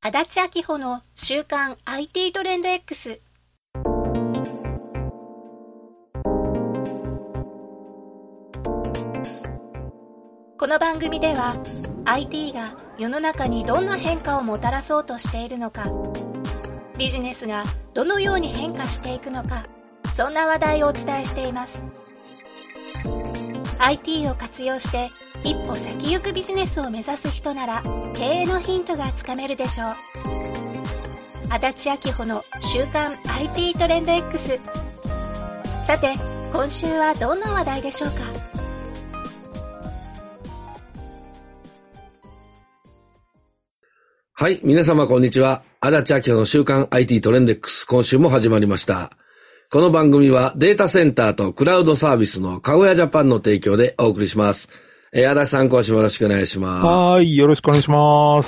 足立明穂の週刊 IT トレンド X。この番組では IT が世の中にどんな変化をもたらそうとしているのか、ビジネスがどのように変化していくのか、そんな話題をお伝えしています。IT を活用して一歩先行くビジネスを目指す人なら経営のヒントがつかめるでしょう。足立明穂の週刊 IT トレンド X。 さて今週はどんな話題でしょうか。 はい、皆様こんにちは。足立明穂の週刊 IT トレンド X、 今週も始まりました。この番組はデータセンターとクラウドサービスのかごやジャパンの提供でお送りします。足立さん、今週もよろしくお願いします。 はい、よろしくお願いします。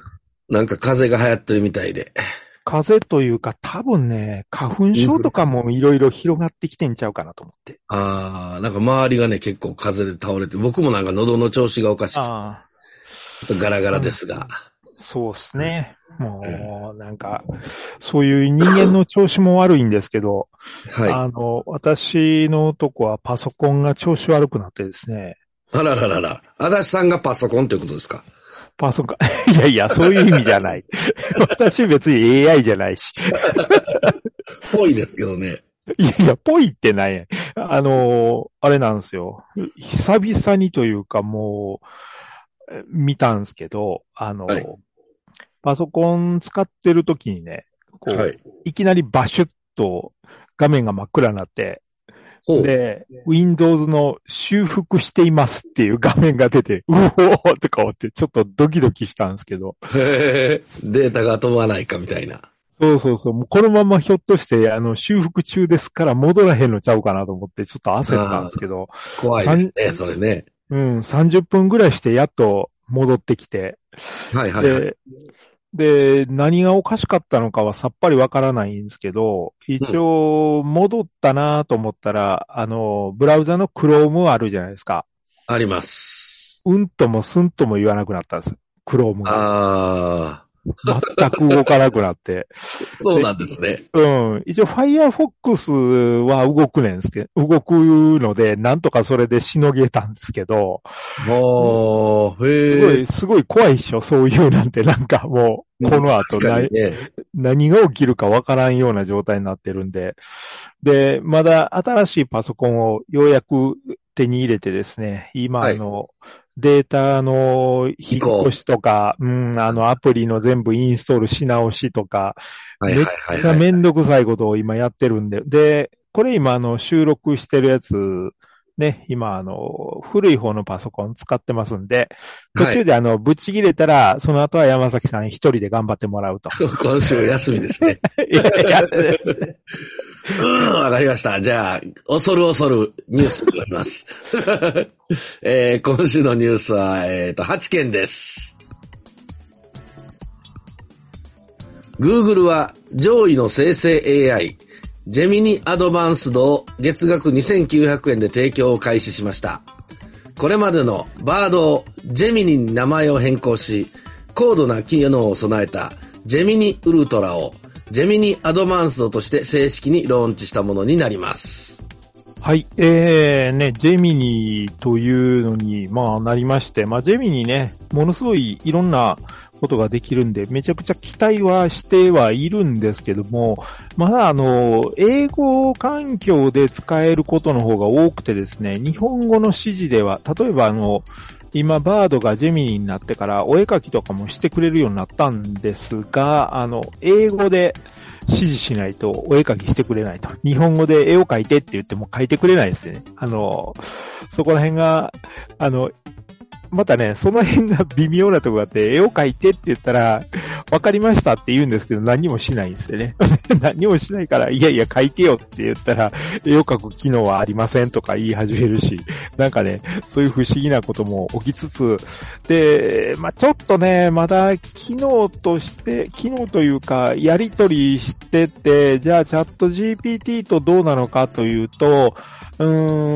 なんか風邪が流行ってるみたいで。 風邪というか多分ね、花粉症とかもいろいろ広がってきてんちゃうかなと思って。 なんか周りがね、結構風邪で倒れて、僕もなんか喉の調子がおかしくて、ちょっとガラガラですが。 そうですね。もう、なんか、そういう人間の調子も悪いんですけど、 はい。 私のとこはパソコンが調子悪くなってですね。 あらららら。足立さんがパソコンということですか？ パソコン、いやいや、そういう意味じゃない。私別に AI じゃないし。 ぽいですけどね。 いやいや、ぽいってない。あれなんですよ。久々にというかもう、見たんですけど、はい、パソコン使ってる時にね、こう、はい、いきなりバシュッと画面が真っ暗になって、で、Windows の修復していますっていう画面が出て、うおーとか思ってちょっとドキドキしたんですけど。 データが飛ばないかみたいな。 そうそうそう。もうこのままひょっとして修復中ですから戻らへんのちゃうかなと思ってちょっと焦ったんですけど。 怖いですね、それね。 30分ぐらいしてやっと戻ってきて。 はいはいはい。 で、何がおかしかったのかはさっぱりわからないんですけど、一応戻ったなと思ったら、ブラウザの Chrome あるじゃないですか。 あります。 うんともすんとも言わなくなったんです。Chrome が。全く動かなくなって。 そうなんですね。 一応 Firefox は動くので、なんとかそれでしのげたんですけど。すごい怖いっしょ、そういうなんて、なんかもう、この後、何が起きるかわからんような状態になってるんで。で、まだ新しいパソコンをようやく手に入れてですね、今データの引っ越しとか、アプリの全部インストールし直しとか、めっちゃめんどくさいことを今やってるんで、で、これ今収録してるやつ、ね、今古い方のパソコン使ってますんで、途中でぶち切れたら、その後は山崎さん一人で頑張ってもらうと。 今週休みですね。わかりました。じゃあ、恐るニュースになります。今週のニュースは、8件です。Google は上位の生成 AI、ジェミニアドバンスドを月額2900円で提供を開始しました。これまでのバードをジェミニに名前を変更し、高度な機能を備えたジェミニウルトラをジェミニアドバンスドとして正式にローンチしたものになります。 はい。ジェミニというのに、なりまして、ジェミニね、ものすごいいろんなことができるんで、めちゃくちゃ期待はしてはいるんですけども、まだ英語環境で使えることの方が多くてですね、日本語の指示では、例えば今、バードがジェミニになってからお絵描きとかもしてくれるようになったんですが、英語で指示しないとお絵描きしてくれないと。日本語で絵を描いてって言っても描いてくれないですね。そこら辺が、またね、その辺が微妙なところがあって、絵を描いてって言ったら、わかりましたって言うんですけど、何もしないんですよね。何もしないから、いやいや描いてよって言ったら、絵を描く機能はありませんとか言い始めるし、なんかね、そういう不思議なことも起きつつ、で、ちょっとね、まだ機能というか、やりとりしてて、じゃあチャット GPT とどうなのかというと、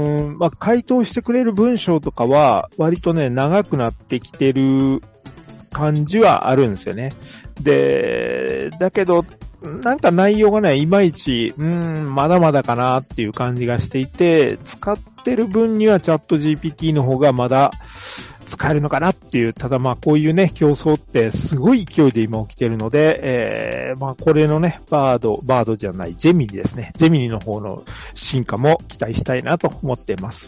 回答してくれる文章とかは、割とね、長くなってきてる感じはあるんですよね。で、だけど、なんか内容がね、いまいち、まだまだかなっていう感じがしていて、使ってる分にはチャット GPT の方がまだ使えるのかなっていう、ただまあこういうね、競争ってすごい勢いで今起きてるので、まあこれのね、バードじゃない、ジェミニですね。ジェミニの方の進化も期待したいなと思っています。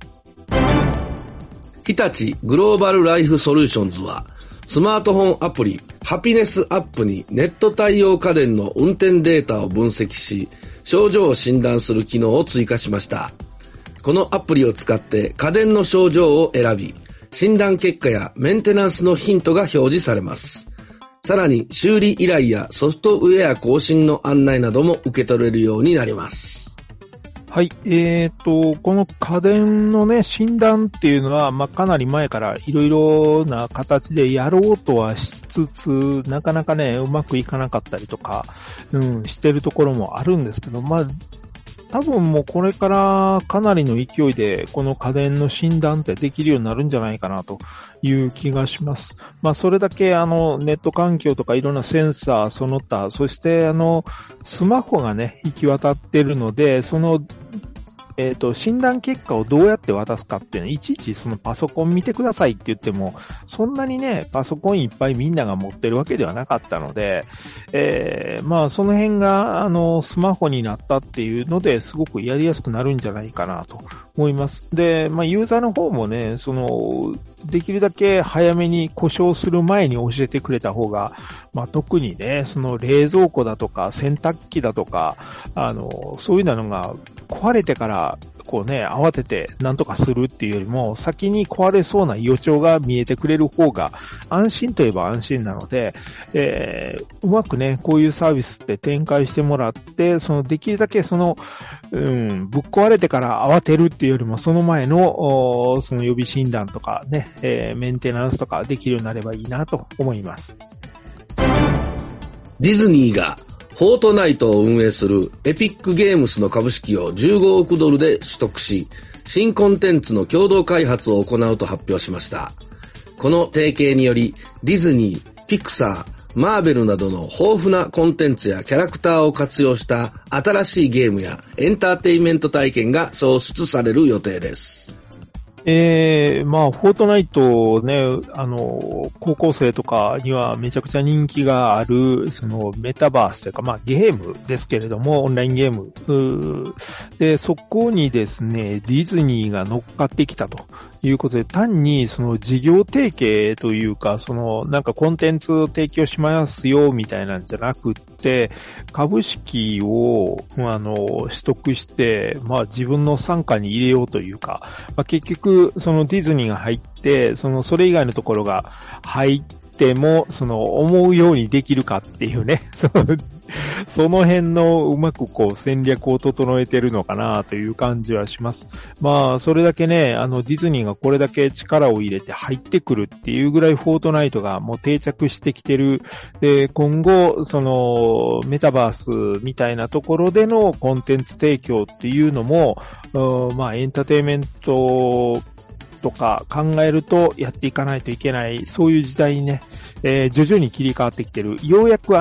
日立グローバルライフソリューションズは、スマートフォンアプリハピネスアップにネット対応家電の運転データを分析し、症状を診断する機能を追加しました。このアプリを使って家電の症状を選び、診断結果やメンテナンスのヒントが表示されます。さらに修理依頼やソフトウェア更新の案内なども受け取れるようになります。 はい。この家電のね、診断っていうのは、まあ、かなり前からいろいろな形でやろうとはしつつ、なかなかね、うまくいかなかったりとか、してるところもあるんですけど、まあ、多分もうこれからかなりの勢いでこの家電の診断ってできるようになるんじゃないかなという気がします。まあそれだけネット環境とかいろんなセンサー、その他、そしてスマホがね、行き渡ってるので、診断結果をどうやって渡すかっていうのは、いちいちそのパソコン見てくださいって言っても、そんなにね、パソコンいっぱいみんなが持ってるわけではなかったので、まあその辺が、スマホになったっていうので、すごくやりやすくなるんじゃないかなと思います。で、まあユーザーの方もね、できるだけ早めに故障する前に教えてくれた方が、まあ特にね、冷蔵庫だとか洗濯機だとか、そういうのが壊れてからこうね、慌ててなんとかするっていうよりも、先に壊れそうな予兆が見えてくれる方が安心といえば安心なので、うまくね、こういうサービスって展開してもらって、できるだけぶっ壊れてから慌てるっていうよりも、その前の、予備診断とかね、メンテナンスとかできるようになればいいなと思います。 ディズニーがフォートナイトを運営するエピックゲームスの株式を15億ドルで取得し、新コンテンツの共同開発を行うと発表しました。この提携により、ディズニー、ピクサー、マーベルなどの豊富なコンテンツやキャラクターを活用した新しいゲームやエンターテインメント体験が創出される予定です。 まあ、フォートナイトね、高校生とかにはめちゃくちゃ人気がある、メタバースというか、まあ、ゲームですけれども、オンラインゲーム。で、そこにですね、ディズニーが乗っかってきたということで、単に、事業提携というか、なんかコンテンツを提供しますよ、みたいなんじゃなくって、株式を、取得して、まあ、自分の傘下に入れようというか、まあ、結局、ディズニーが入って、それ以外のところが入っても、思うようにできるかっていうね、その辺のうまく戦略を整えてるのかなという感じはします。まあ、それだけね、ディズニーがこれだけ力を入れて入ってくるっていうぐらいフォートナイトがもう定着してきてる。で、今後、メタバースみたいなところでのコンテンツ提供っていうのも、まあ、エンターテインメントとか考えるとやっていかないといけない、そういう時代にね、徐々に切り替わってきてる。ようやく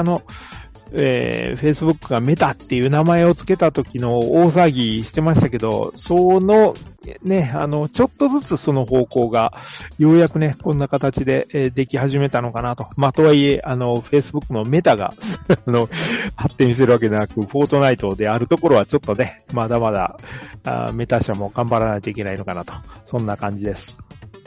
Facebook がメタっていう名前を付けた時の大騒ぎしてましたけど、ちょっとずつその方向が、ようやくね、こんな形で、でき始めたのかなと。まあ、とはいえ、Facebook のメタが、発展してるわけでなく、フォートナイトであるところはちょっとね、まだまだ、メタ社も頑張らないといけないのかなと。そんな感じです。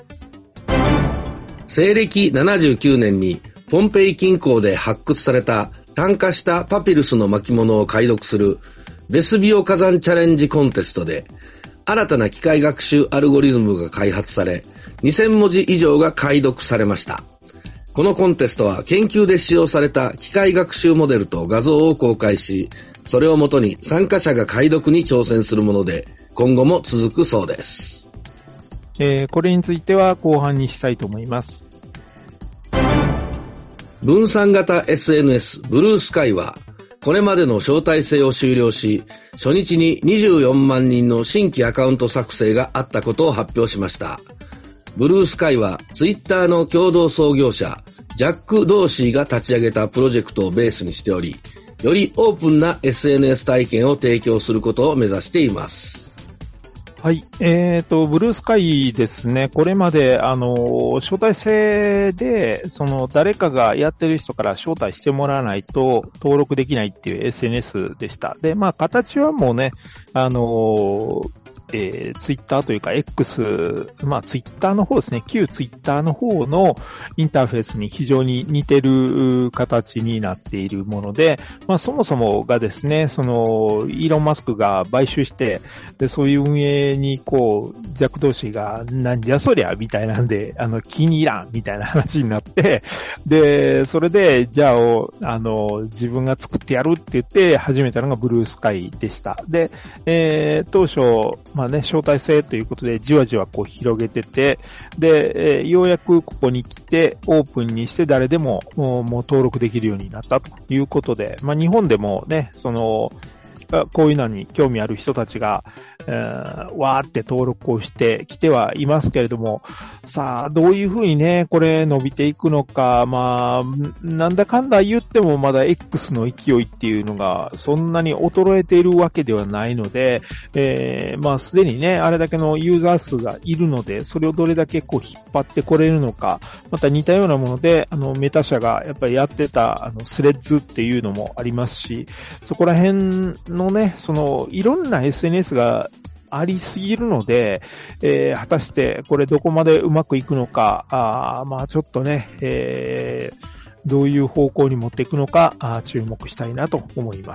西暦79年に、ポンペイ近郊で発掘された炭化したパピルスの巻物を解読するベスビオ火山チャレンジコンテストで新たな機械学習アルゴリズムが開発され2000文字以上が解読されました。このコンテストは研究で使用された機械学習モデルと画像を公開し、それをもとに参加者が解読に挑戦するもので今後も続くそうです。 これについては後半にしたいと思います。 分散型 SNS ブルースカイはこれまでの招待制を終了し、初日に24万人の新規アカウント作成があったことを発表しました。ブルースカイはツイッターの共同創業者、ジャック・ドーシーが立ち上げたプロジェクトをベースにしており、よりオープンな SNS 体験を提供することを目指しています。 はい。ブルースカイですね。これまで、招待制で、誰かがやってる人から招待してもらわないと登録できないっていう SNS でした。で、形はもうね、ツイッターというか X、ツイッターの方ですね。旧ツイッターの方のインターフェースに非常に似てる形になっているもので、そもそもがですね、イーロン・マスクが買収して、で、そういう運営にジャック同士が、なんじゃそりゃ、みたいなんで、気に入らん、みたいな話になって、で、それで、じゃあ、自分が作ってやるって言って始めたのがブルースカイでした。で、当初、招待制ということでじわじわ広げてて、で、ようやくここに来てオープンにして誰でももう登録できるようになったということで、日本でもね、こういうのに興味ある人たちが、わーって登録をしてきてはいますけれども、さあ、どういうふうにね、これ伸びていくのか、なんだかんだ言ってもまだ X の勢いっていうのがそんなに衰えているわけではないので、すでにね、あれだけのユーザー数がいるので、それをどれだけ引っ張ってこれるのか、また似たようなもので、メタ社がやっぱりやってた、スレッズっていうのもありますし、そこら辺のね、いろんな SNS がありすぎるので、果たしてこれどこまでうまくいくのか、ちょっとね、どういう方向に持っていくのか、注目したいなと思います。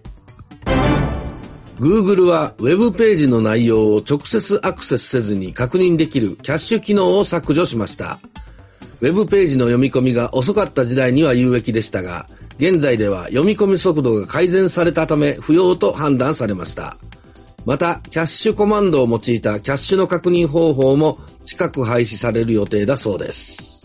Google はウェブページの内容を直接アクセスせずに確認できるキャッシュ機能を削除しました。ウェブページの読み込みが遅かった時代には有益でしたが、現在では読み込み速度が改善されたため不要と判断されました。また、キャッシュコマンドを用いたキャッシュの確認方法も近く廃止される予定だそうです。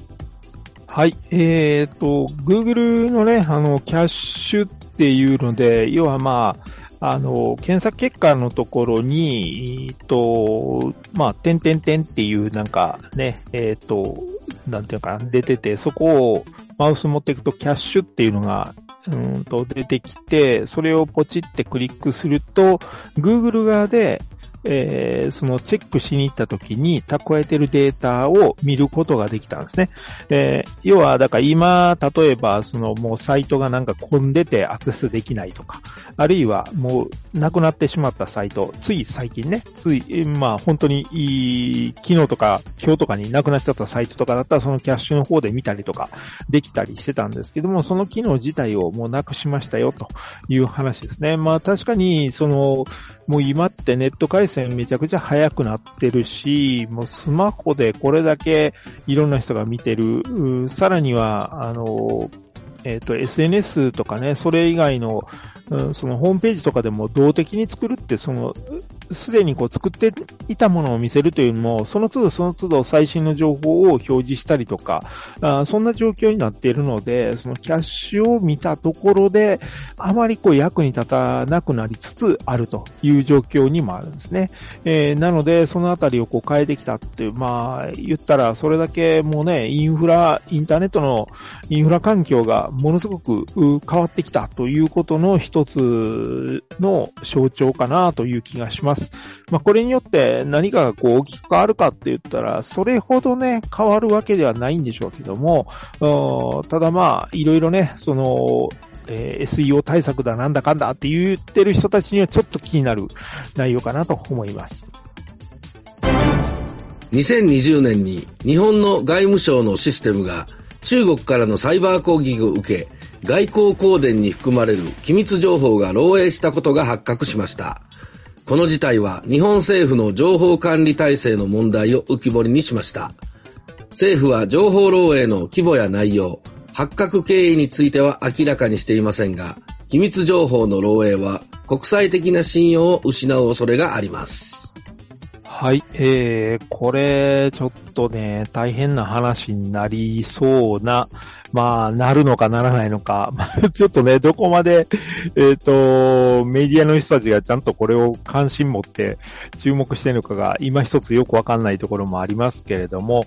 はい。Google のね、キャッシュっていうので、要は検索結果のところに、点々点っていうなんかね、なんていうかな、出てて、そこをマウス持っていくとキャッシュっていうのが、出てきて、それをポチってクリックすると、Google 側で、そのチェックしに行った時に蓄えてるデータを見ることができたんですね。要は、だから今、例えば、もうサイトがなんか混んでてアクセスできないとか、あるいはもうなくなってしまったサイト、つい最近ね、本当に昨日とか今日とかになくなっちゃったサイトとかだったらそのキャッシュの方で見たりとかできたりしてたんですけども、その機能自体をもうなくしましたよという話ですね。確かに、もう今ってネット回線めちゃくちゃ速くなってるし、もうスマホでこれだけいろんな人が見てる、さらには、SNS とかね、それ以外の、そのホームページとかでも動的に作るって、すでに作っていたものを見せるというよりも、その都度最新の情報を表示したりとか、そんな状況になっているので、そのキャッシュを見たところで、あまり役に立たなくなりつつあるという状況にもあるんですね。なので、そのあたりを変えてきたっていう、言ったら、それだけもうね、インターネットのインフラ環境がものすごく変わってきたということの一つの象徴かなという気がします。これによって何かが大きく変わるかって言ったら、それほどね、変わるわけではないんでしょうけども、ただいろいろね、SEO 対策だなんだかんだって言ってる人たちにはちょっと気になる内容かなと思います。 2020年に日本の外務省のシステムが中国からのサイバー攻撃を受け、外交公電に含まれる機密情報が漏洩したことが発覚しました。この事態は日本政府の情報管理体制の問題を浮き彫りにしました。政府は情報漏洩の規模や内容、発覚経緯については明らかにしていませんが、機密情報の漏洩は国際的な信用を失う恐れがあります。 はい、これちょっとね、大変な話になりそうなまあ、なるのかならないのか。ちょっとね、どこまで、メディアの人たちがちゃんとこれを関心持って注目しているのかが、今一つよくわかんないところもありますけれども、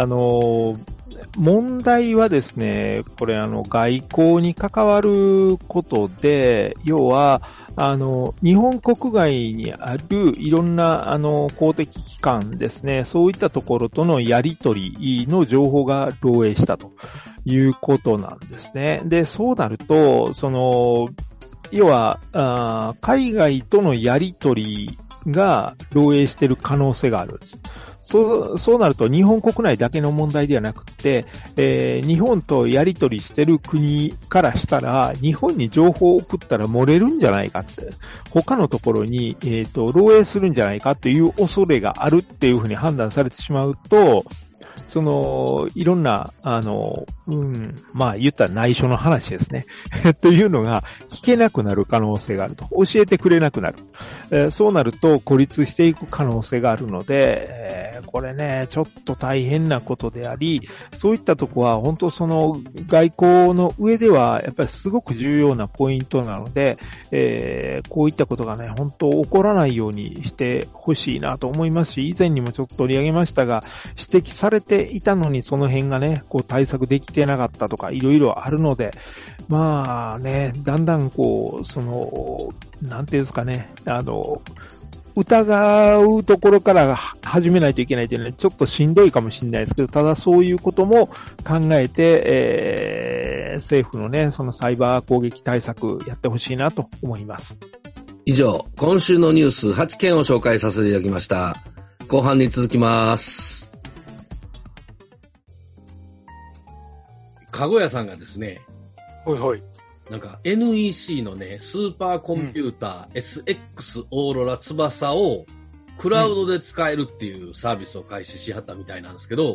問題はですね、これ外交に関わることで、要は、日本国外にあるいろんな、公的機関ですね、そういったところとのやり取りの情報が漏洩したということなんですね。で、そうなると、要は、海外とのやり取りが漏洩している可能性があるんです。そうなると日本国内だけの問題ではなくて、日本とやり取りしてる国からしたら、日本に情報を送ったら漏れるんじゃないかって、他のところに、漏洩するんじゃないかっていう恐れがあるっていうふうに判断されてしまうと、いろんな、まあ言ったら内緒の話ですね。というのが聞けなくなる可能性があると。教えてくれなくなる。そうなると孤立していく可能性があるので、これね、ちょっと大変なことであり、そういったとこは本当外交の上ではやっぱりすごく重要なポイントなので、こういったことがね、本当起こらないようにしてほしいなと思いますし、以前にもちょっと取り上げましたが、指摘されていたのにその辺がね、こう対策できてなかったとかいろいろあるので、まあね、だんだんこう、なんていうんですかね、疑うところから始めないといけないというのはちょっとしんどいかもしれないですけど、ただそういうことも考えて、政府のね、そのサイバー攻撃対策やってほしいなと思います。 以上、今週のニュース8件を紹介させていただきました。後半に続きます。かごやさんがですね、 ほいほい。 なんか NEC のね、スーパーコンピューター、SX オーロラ翼をクラウドで使えるっていうサービスを開始しはったみたいなんですけど、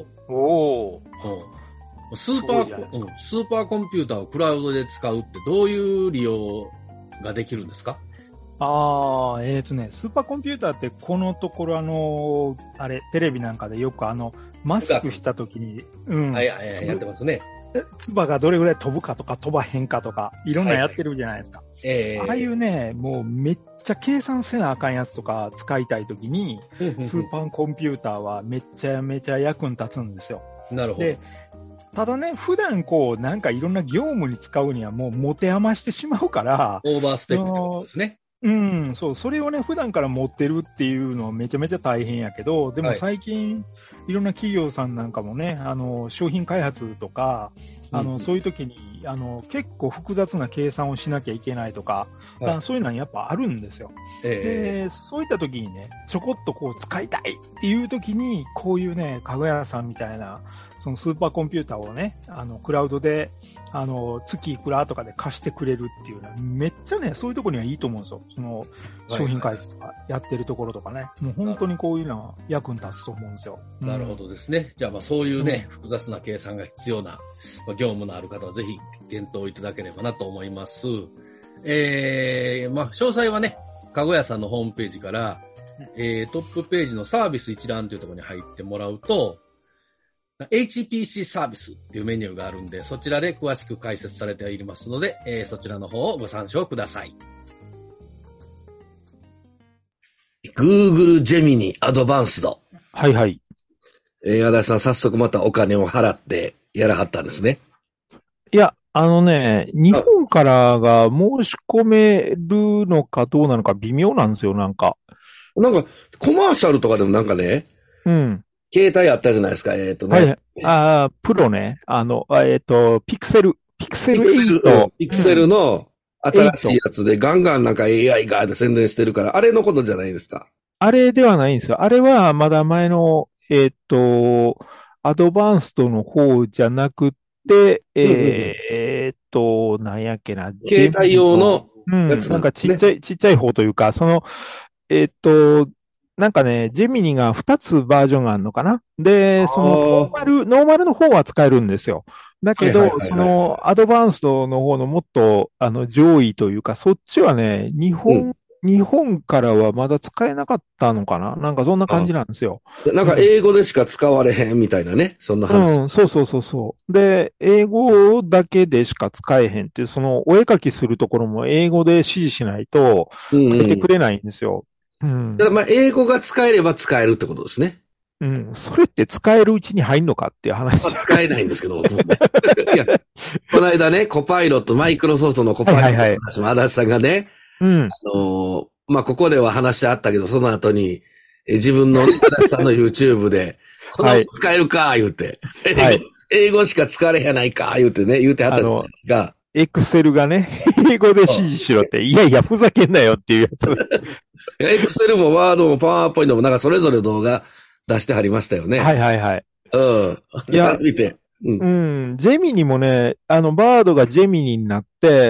スーパーコンピューターをクラウドで使うってどういう利用ができるんですか？ スーパーコンピューターってこのところテレビなんかでよくマスクした時に、 やってますね。 唾がどれぐらい飛ぶかとか飛ばへんかとか、いろんなやってるじゃないですか。ああいうね、もうめっちゃ計算せなあかんやつとか使いたい時に、スーパーコンピューターはめちゃめちゃ役に立つんですよ。 なるほど。 で、ただね、普段なんかいろんな業務に使うにはもう持て余してしまうから、 オーバースペックってことですね。 それをね、普段から持ってるっていうのはめちゃめちゃ大変やけど、でも最近、いろんな企業さんなんかもね、商品開発とか、そういう時に、結構複雑な計算をしなきゃいけないとか、そういうのはやっぱあるんですよ。で、そういった時にね、ちょこっとこう使いたいっていう時に、こういうね、かごやさんみたいな、そのスーパーコンピューターをね、クラウドで、月いくらとかで貸してくれるっていうのは、めっちゃね、そういうところにはいいと思うんですよ。その、商品開発とかやってるところとかね。もう本当にこういうのは役に立つと思うんですよ。 なるほどですね。じゃあそういうね、複雑な計算が必要な、業務のある方はぜひ検討いただければなと思います。詳細はね、かごやさんのホームページから、トップページのサービス一覧というところに入ってもらうと、HPC サービスっていうメニューがあるんで、そちらで詳しく解説されていますので、そちらの方をご参照ください。Google Gemini Advanced。 はいはい。 足立さん早速またお金を払ってやらはったんですね。 いや、日本からが申し込めるのかどうなのか微妙なんですよ、なんか。 なんか、コマーシャルとかでもなんかね、携帯あったじゃないですか、 はい。プロね。ピクセル8。 ピクセルの新しいやつでガンガンなんか AI が宣伝してるから、あれのことじゃないですか。 あれではないんですよ。あれはまだ前の、アドバンストの方じゃなくて、なんやっけな。 携帯用のやつなんかちっちゃい方というか、なんかね、ジェミニが2つバージョンがあるのかな。で、そのノーマルの方は使えるんですよ。だけど、そのアドバンストの方のもっと、上位というか、そっちはね、日本日本からはまだ使えなかったのかな、なんかそんな感じなんですよ。 なんか英語でしか使われへんみたいなね。そんな話。 うん、そうそうそうそう。で、英語だけでしか使えへんっていう、そのお絵描きするところも英語で指示しないとうん書いてうん。 くれないんですよ。うん。 ただまあ、英語が使えれば使えるってことですね。 うん。それって使えるうちに入んのかっていう話。 まあ、使えないんですけど、僕もね。いや、この間ね、コパイロット、マイクロソフトのコパイロットの話も足立さんがね、 うん。 まあ、ここでは話してあったけど、その後に、自分の足立さんの YouTube で、この使えるか、言うて、 はい。 英語しか使われへんやないか、言うてね、言うてはったじゃないですか。 エクセルがね、英語で指示しろって、いやいや、ふざけんなよっていうやつ。 エクセルもワードもパワーポイントもなんかそれぞれ動画出してはりましたよね。 はいはいはい。 うん。 いや、 見て。 うん、ジェミニもね、バードがジェミニになって、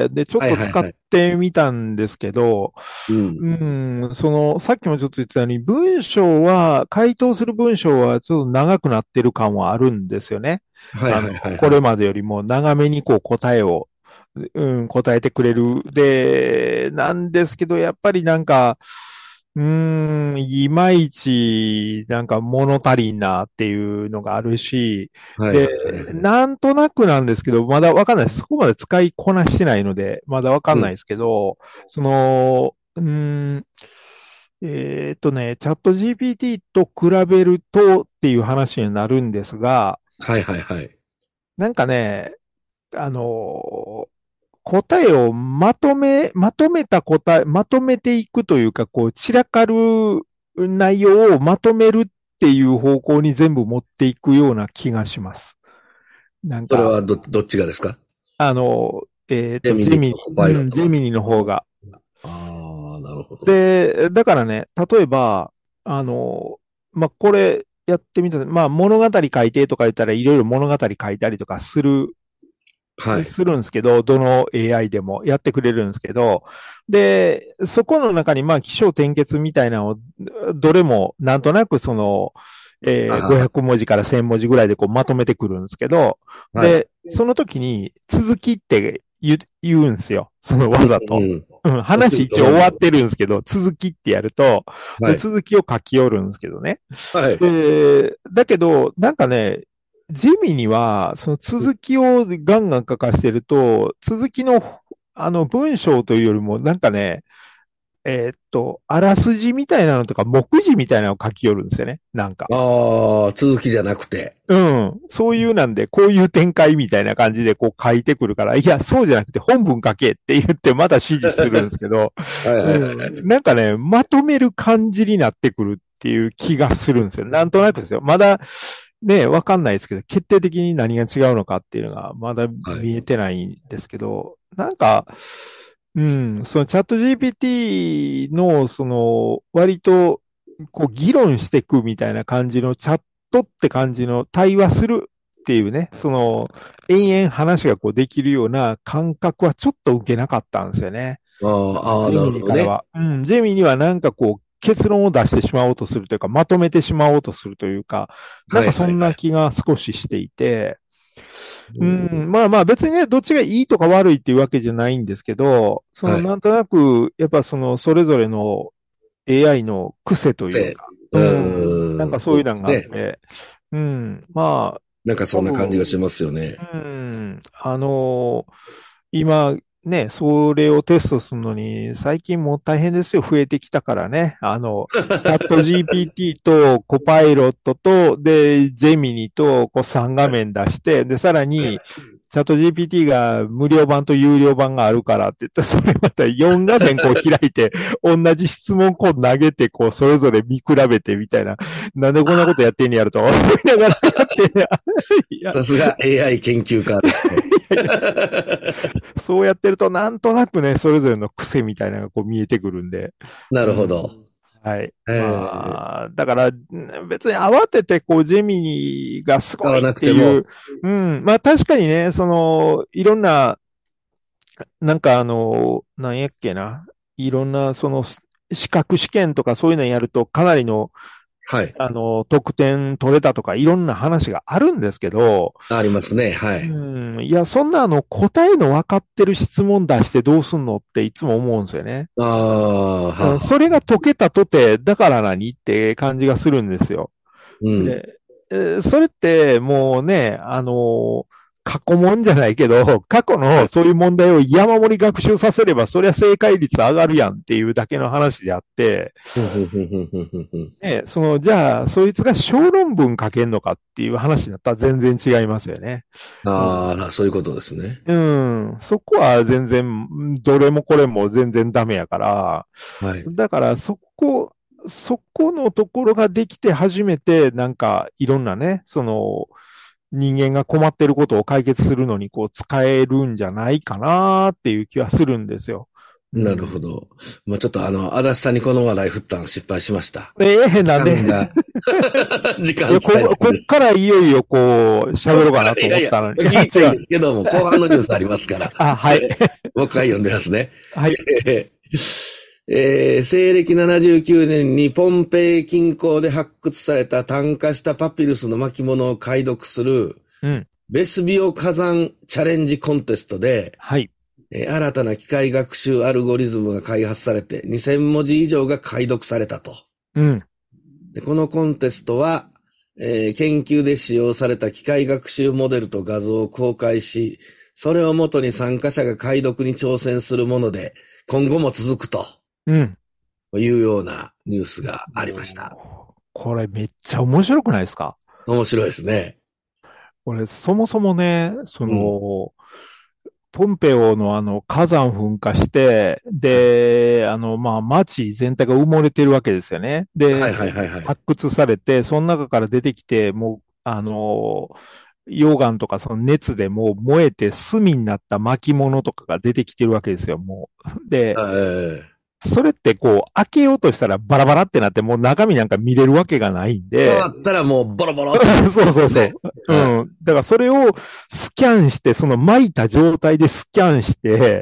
で、ちょっと使ってみたんですけど、さっきもちょっと言ってたように、回答する文章はちょっと長くなってる感はあるんですよね。これまでよりも長めにこう答えを、答えてくれる。で、なんですけど、やっぱりなんか、いまいち、なんか物足りんなっていうのがあるし、で、なんとなくなんですけど、まだわかんないです。そこまで使いこなしてないので、まだわかんないですけど、チャット GPT と比べるとっていう話になるんですが、 はいはいはい。 なんかね、あの答えをまとめた答え、まとめていくというか、こう、散らかる内容をまとめるっていう方向に全部持っていくような気がします。なんか。 それはどっちがですか？ ジェミニの方が。 ああ、なるほど。 で、だからね、例えば、これやってみたら、物語書いてとか言ったらいろいろ物語書いたりとかするんですけど、どの AI でもやってくれるんですけど、で、そこの中に起承転結みたいなのを、どれもなんとなく500文字から1000文字ぐらいでこうまとめてくるんですけど、で、その時に続きって言うんですよ。そのわざと。話一応終わってるんですけど、続きってやると、続きを書き寄るんですけどね。だけど、なんかね、ジェミには、その続きをガンガン書かしてると、続きの、文章というよりも、なんかね、あらすじみたいなのとか、目次みたいなのを書き寄るんですよね。なんか。 ああ、続きじゃなくて。 うん。そういうなんで、こういう展開みたいな感じでこう書いてくるから、いや、そうじゃなくて本文書けって言ってまた指示するんですけど、なんかね、まとめる感じになってくるっていう気がするんですよ。なんとなくですよ。まだ、ね、わかんないですけど、決定的に何が違うのかっていうのがまだ見えてないんですけど、なんか、そのチャット GPT の、割と、こう、議論していくみたいな感じのチャットって感じの対話するっていうね、延々話がこうできるような感覚はちょっと受けなかったんですよね。 ジェミニからは。ジェミニはなんかこう、結論を出してしまおうとするというか、まとめてしまおうとするというか、なんかそんな気が少ししていて、別にね、どっちがいいとか悪いっていうわけじゃないんですけど、なんとなく、やっぱそれぞれの AI の癖というか、なんかそういうのがあって、 なんかそんな感じがしますよね。 今、ね、それをテストするのに、最近もう大変ですよ。増えてきたからね。チャット GPT とコパイロットと、で、ジェミニと、こう3画面出して、で、さらに、チャット GPT が無料版と有料版があるからって言ったら、それまた4画面こう開いて、同じ質問こう投げて、こう、それぞれ見比べてみたいな。なんでこんなことやってんやると思いながらやってさすが AI 研究家ですね。 そうやってると、なんとなくね、それぞれの癖みたいなのがこう見えてくるんで。 なるほど。 はい。だから、別に慌てて、こう、ジェミニがすごいっていう。確かにね、いろんな、なんかなんやっけな。いろんな、資格試験とかそういうのやると、かなりの、 はい。 得点取れたとかいろんな話があるんですけど、 ありますね。はうい。 ん、いや、そんな答えの分かってる質問出してどうすんのっていつも思うんですよね。 ああ、はうん、 は。 それが解けたとて、だから何って感じがするんですよ。 うん。 で、それってもうね、過去問じゃないけど、過去はい。 のそういう問題を山盛り学習させれば、そりゃ正解率上がるやんっていうだけの話であって、 ふんふんふんふんふんふんふん。 ね、じゃあ、そいつが小論文書けんのかっていう話だったら全然違いますよね。うん。 ああ、そういうことですね。 うん。そこは全然、どれもこれも全然ダメやから、 はい。 だからそこのところができて初めて、なんかいろんなね、人間が困ってることを解決するのに使えるんじゃないかなっていう気はするんですよ。うなるほん。 ど。まあ、ちょっと足立さんにこの話題振ったの失敗しました。時なんで、 間が、時いや、 間使いたいです。 こっからいよいよ喋ろうかなといやいや、 思ったのに。いや、 聞きたいん違う。 ですけども、後半のニュースありますから。 あ、はい。 もう一回読んでますね。 はい。 え西暦79年にポンペイ近郊で発掘された炭化したパピルスの巻物を解読するうん。 ベスビオ火山チャレンジコンテストで、 はい。 新たな機械学習アルゴリズムが開発されて2000文字以上が解読されたと。 うん。 でこのコンテストは、研究で使用された機械学習モデルと画像を公開し、それをもとに参加者が解読に挑戦するもので、今後も続くとうん。 いうようなニュースがありました。 これめっちゃ面白くないですか？ 面白いですね。 これそもそもね、 うん。 ポンペオの火山噴火して、 はい。 で、まあ、街全体が埋もれてるわけですよね。で、 はいはいはいはい。 発掘されて、その中から出てきて、もう、溶岩とかその熱でもう燃えて炭になった巻物とかが出てきてるわけですよ、もう。で、 えそれって開けようとしたらバラバラってなって、もう中身なんか見れるわけがないんで、 触ったらもうボロボロってなりそうそうそますね。 う。 はい。 うん。だからそれをスキャンして、その巻いた状態でスキャンして、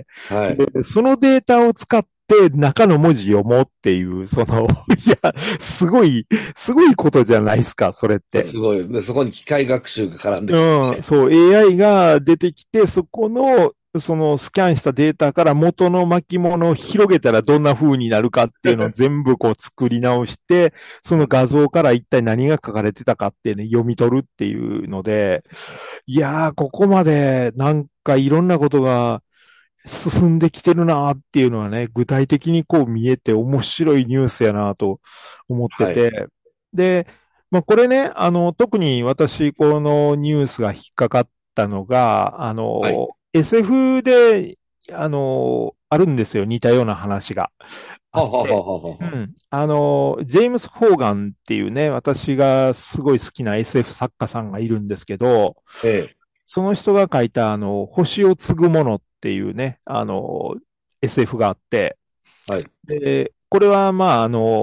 はい。 で、そのデータを使って中の文字読もうっていう、いや、すごいことじゃないですか、それって。 すごい。で、そこに機械学習が絡んできてうん、 ね。 そう、AI が出てきて、そのスキャンしたデータから元の巻物を広げたらどんな風になるかっていうのを全部作り直して、その画像から一体何が書かれてたかっていうのを読み取るっていうので、いやー、ここまでなんかいろんなことが進んできてるなーっていうのはね、具体的に見えて面白いニュースやなと思ってはい。 て、で、まあこれね、特に私このニュースが引っかかったのが、 はい。 SF で、あるんですよ。似たような話があはははって。 ははは。 うん。ジェームス・ホーガンっていうね、私がすごい好きな SF 作家さんがいるんですけど、 ええ。 その人が書いた星を継ぐものっていうね、SF があって、 はい。 で、これはまあ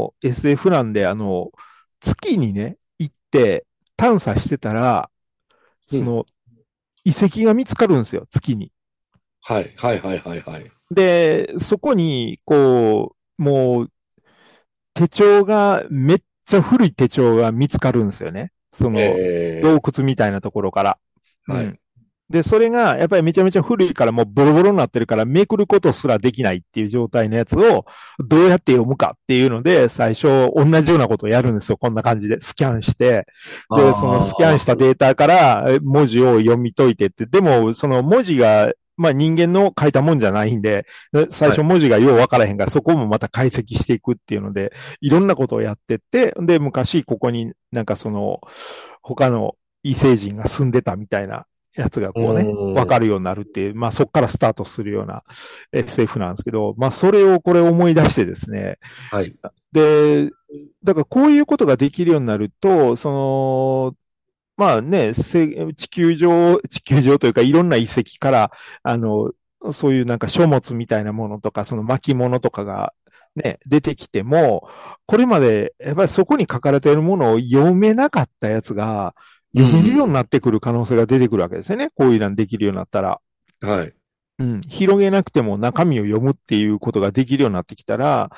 SF なんで月にね、行って探査してたら、 うん。 その遺跡が見つかるんですよ、月に。 はい。はいはいはいはい。 で、そこに、もう手帳が、めっちゃ古い手帳が見つかるんですよね。洞ええ。 窟みたいなところから。うはい。 ん。で、それが、やっぱりめちゃめちゃ古いから、もうボロボロになってるから、めくることすらできないっていう状態のやつを、どうやって読むかっていうので、最初、同じようなことをやるんですよ。こんな感じで。スキャンして。で、そのスキャンしたあデータから文字を読み解いてって、でも、その文字が、まあ人間の書いたもんじゃないんで、最あ、はい。 初文字がようわからへんから、そこもまた解析していくっていうので、いろんなことをやってって、で、昔ここになんか他の異星人が住んでたみたいなやつがうわーん。 かるようになるっていう、まあそこからスタートするような SF なんですけど、まあそれをこれ思い出してですね。 はい。 で、だからこういうことができるようになると、まあね、地球上というかいろんな遺跡から、そういうなんか書物みたいなものとか、その巻物とかがね、出てきても、これまでやっぱりそこに書かれているものを読めなかったやつが、 うん読めるようにうん。 なってくる可能性が出てくるわけですよね。こういうのできるようになったら。 はい。 うん。広げなくても中身を読むっていうことができるようになってきたら、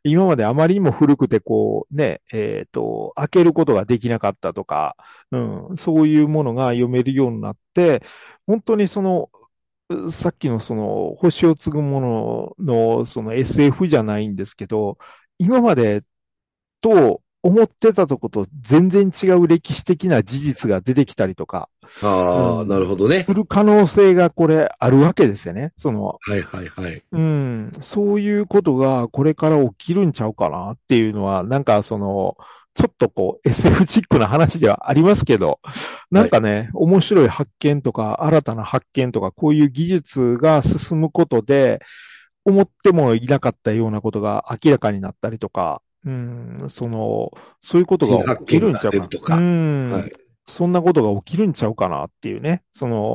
今まであまりにも古くてこうね、開けることができなかったとか、そういうものが読めるようになって、本当にさっきの星を継ぐもののSF じゃないんですけど、今までと思ってたとこと全然違う歴史的な事実が出てきたりとか、 なるほどね。 する可能性がこれあるわけですよね。 はいはいはい。 そういうことがこれから起きるんちゃうかなっていうのは、なんかちょっとこう SF チックな話ではありますけど、なんかね、面白い発見とか新たな発見とかこういう技術が進むことで、思ってもいなかったようなことが明らかになったりとか、そういうことが起きるんちゃうかな。 とか。はい。 そんなことが起きるんちゃうかなっていうね。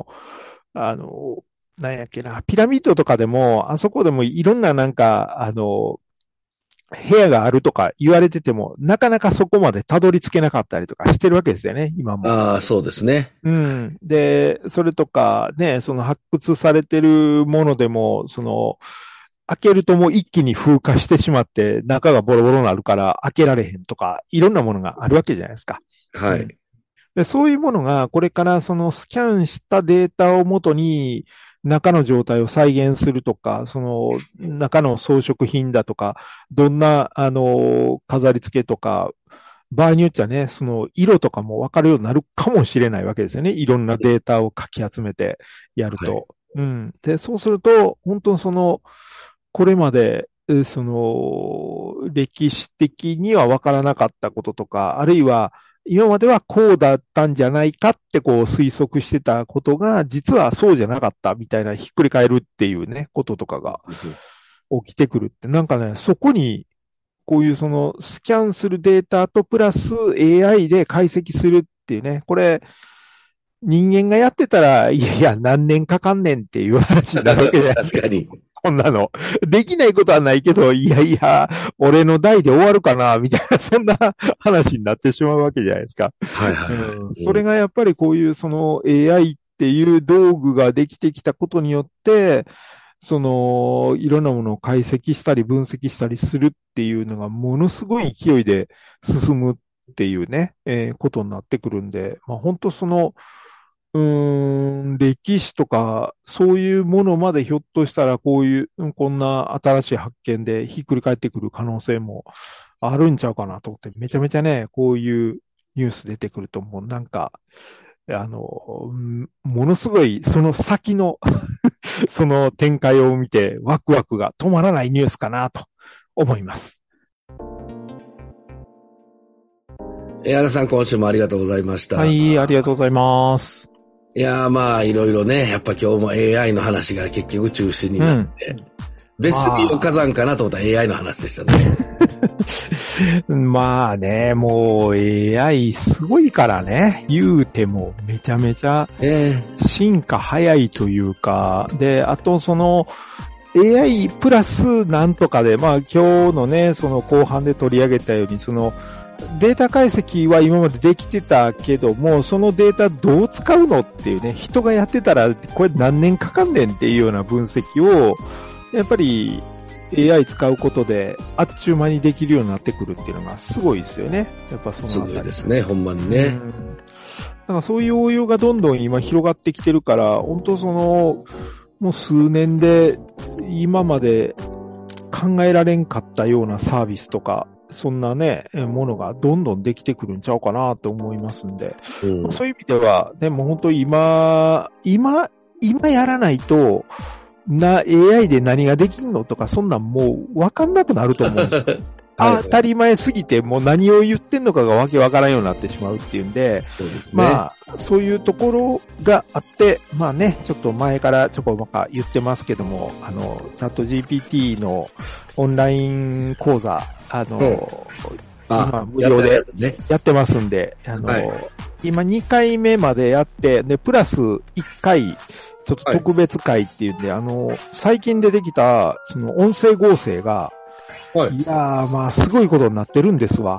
なんやっけな、ピラミッドとかでも、あそこでもいろんななんか、部屋があるとか言われてても、なかなかそこまでたどり着けなかったりとかしてるわけですよね、今も。 ああ、そうですね。 で、それとかね、発掘されてるものでも、開けるともう一気に風化してしまって、中がボロボロになるから開けられへんとか、いろんなものがあるわけじゃないですか。 はい。 でそういうものが、これからスキャンしたデータをもとに、中の状態を再現するとか、中の装飾品だとか、どんな、飾り付けとか、場合によっちゃね、色とかもわかるようになるかもしれないわけですよね。いろんなデータをかき集めてやると。はい、で、そうすると、本当にこれまで、歴史的にはわからなかったこととか、あるいは、今まではこうだったんじゃないかってこう推測してたことが、実はそうじゃなかったみたいなひっくり返るっていうね、こととかが起きてくるって、なんかね、そこに、こういうスキャンするデータとプラス AI で解析するっていうね、これ、人間がやってたら、いやいや、何年かかんねんっていう話になるわけじゃないですか。 確かに。 こんなの。できないことはないけど、いやいや、俺の代で終わるかな、みたいな、そんな話になってしまうわけじゃないですか。 はいはいはい。 それがやっぱりこういうAI っていう道具ができてきたことによって、いろんなものを解析したり分析したりするっていうのがものすごい勢いで進むっていうね、ことになってくるんで、まあ本当歴史とか、そういうものまでひょっとしたらこんな新しい発見でひっくり返ってくる可能性もあるんちゃうかなと思って、めちゃめちゃね、こういうニュース出てくるともうなんか、ものすごいその先のその展開を見てワクワクが止まらないニュースかなと思います。 足立さん、今週もありがとうございました。 はい、ありがとうございます。 いやーまあ、いろいろね、やっぱ今日も AI の話が結局中心になって、ベスビオ火山かなと思ったら AI の話でしたね。 まあね、もう AI すごいからね、言うてもめちゃめちゃ進化早いというか、で、あとAI プラスなんとかで、まあ今日のね、後半で取り上げたように、データ解析は今までできてたけども、そのデータどう使うのっていうね、人がやってたらこれ何年かかんねんっていうような分析を、やっぱり AI 使うことであっちゅう間にできるようになってくるっていうのがすごいですよね。やっぱそのあたり。 すごいですね、ほんまにね。 だからそういう応用がどんどん今広がってきてるから、本当もう数年で今まで考えられんかったようなサービスとか、そんなね、ものがどんどんできてくるんちゃうかなと思いますんで、そういう意味では、ね、もう本当今やらないと、AI で何ができんのとか、そんなんもう分かんなくなると思うんですよ。当たり前すぎて、もう何を言ってんのかがわけわからんようになってしまうっていうんで、まあ、そういうところがあって、まあね、ちょっと前からちょこまか言ってますけども、チャット GPT のオンライン講座、今無料でやってますんで、今2回目までやって、で、プラス1回、ちょっと特別会っていうんで、最近出てきた、音声合成が、いやー、まあ、すごいことになってるんですわ。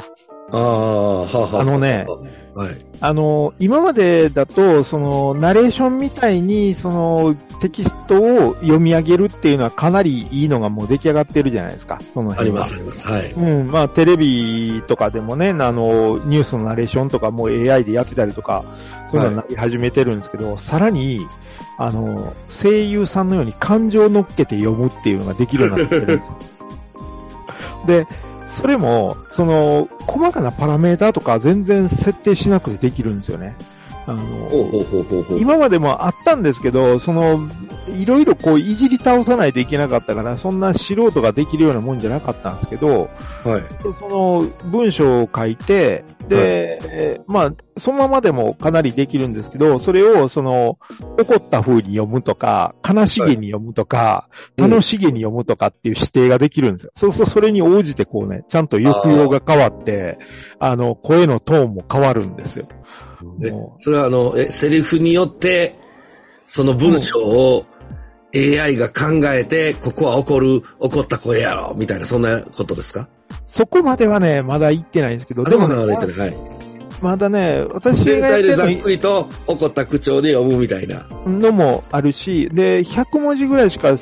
ああ、はあ、はあ。 あのね、 はい。 今までだと、ナレーションみたいに、テキストを読み上げるっていうのはかなりいいのがもう出来上がってるじゃないですか、その辺は。 あります、あります。はい。 うん、まあ、テレビとかでもね、ニュースのナレーションとかもう AI でやってたりとか、そういうのになり始めてるんですけど、さらに、声優さんのように感情を乗っけて読むっていうのができるようになってるんですよ。で、それも、細かなパラメーターとか全然設定しなくてできるんですよね。今までもあったんですけど、いろいろこういじり倒さないといけなかったから、そんな素人ができるようなもんじゃなかったんですけど、 はい。 文章を書いて、で、まあ、そのままでもかなりできるんですけど、それを怒った風に読むとか、悲しげに読むとか、楽しげに読むとかっていう指定ができるんですよ。そうするとそれに応じてこうね、ちゃんと抑揚が変わって、声のトーンも変わるんですよ。 それはセリフによって、その文章を AI が考えて、ここは怒った声やろ、みたいな、そんなことですか？ そこまではね、まだ言ってないんですけど、 でもね、はい。 まだね、私がやってるのに。ざっくりと怒った口調で読むみたいな。 のもあるし、で、100文字ぐらいしか、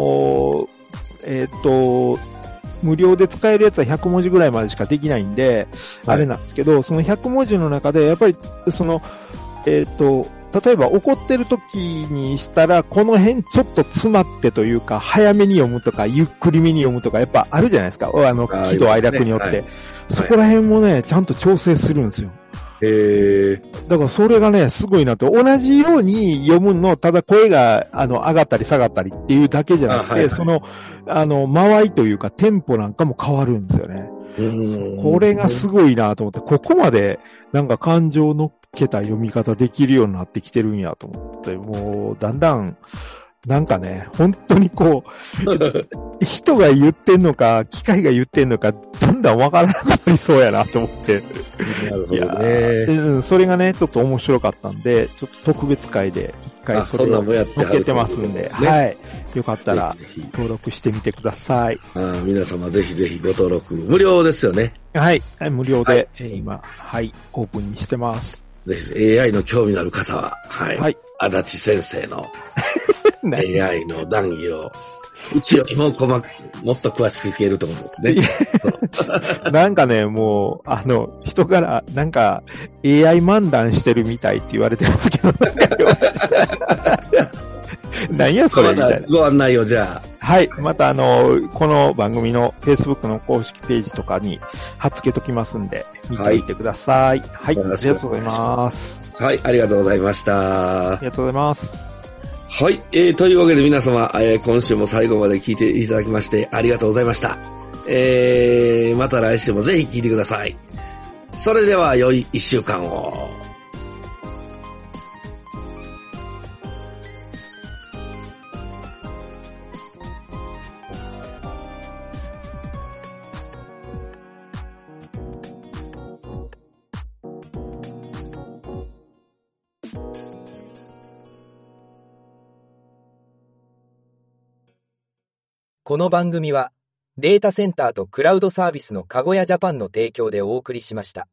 無料で使えるやつは100文字ぐらいまでしかできないんで、はい、あれなんですけど、その100文字の中で、やっぱり、例えば怒ってる時にしたら、この辺ちょっと詰まってというか、早めに読むとか、ゆっくりめに読むとか、やっぱあるじゃないですか。喜怒哀楽によって。はい、そこら辺もね、ちゃんと調整するんですよ。だからそれがね、すごいなと。同じように読むの、ただ声が、上がったり下がったりっていうだけじゃなくて、はいはい、間合いというか、テンポなんかも変わるんですよね。これがすごいなと思って、ここまで、なんか感情を乗っけた読み方できるようになってきてるんやと思って、もう、だんだん、なんかね、本当にこう、人が言ってんのか、機械が言ってんのか、だんだんわからなくなりそうやなと思って。 なるほどね。 それがね、ちょっと面白かったんで、ちょっと特別会で一回それを乗っけてますんで、はい。よかったら登録してみてください。 皆様ぜひぜひご登録。無料ですよね。 はい。無料で、はい、今、はい、オープンにしてます。 ぜひ AI の興味のある方は、はい。はい、足立先生のAI の談義を、うちよりももっと詳しく聞けると思うんですね。 なんかね、もう、人から、なんか、AI 漫談してるみたいって言われてますけど、何やそれみたいな。 ご案内をじゃあ。 はい。またこの番組の Facebook の公式ページとかに貼っ付けときますんで、見てみてください。はい。ありがとうございます。 はい。ありがとうございました。 ありがとうございます。 はい。というわけで皆様、今週も最後まで聞いていただきましてありがとうございました。また来週もぜひ聞いてください。それでは良い一週間を。 この番組はデータセンターとクラウドサービスのかごやジャパンの提供でお送りしました。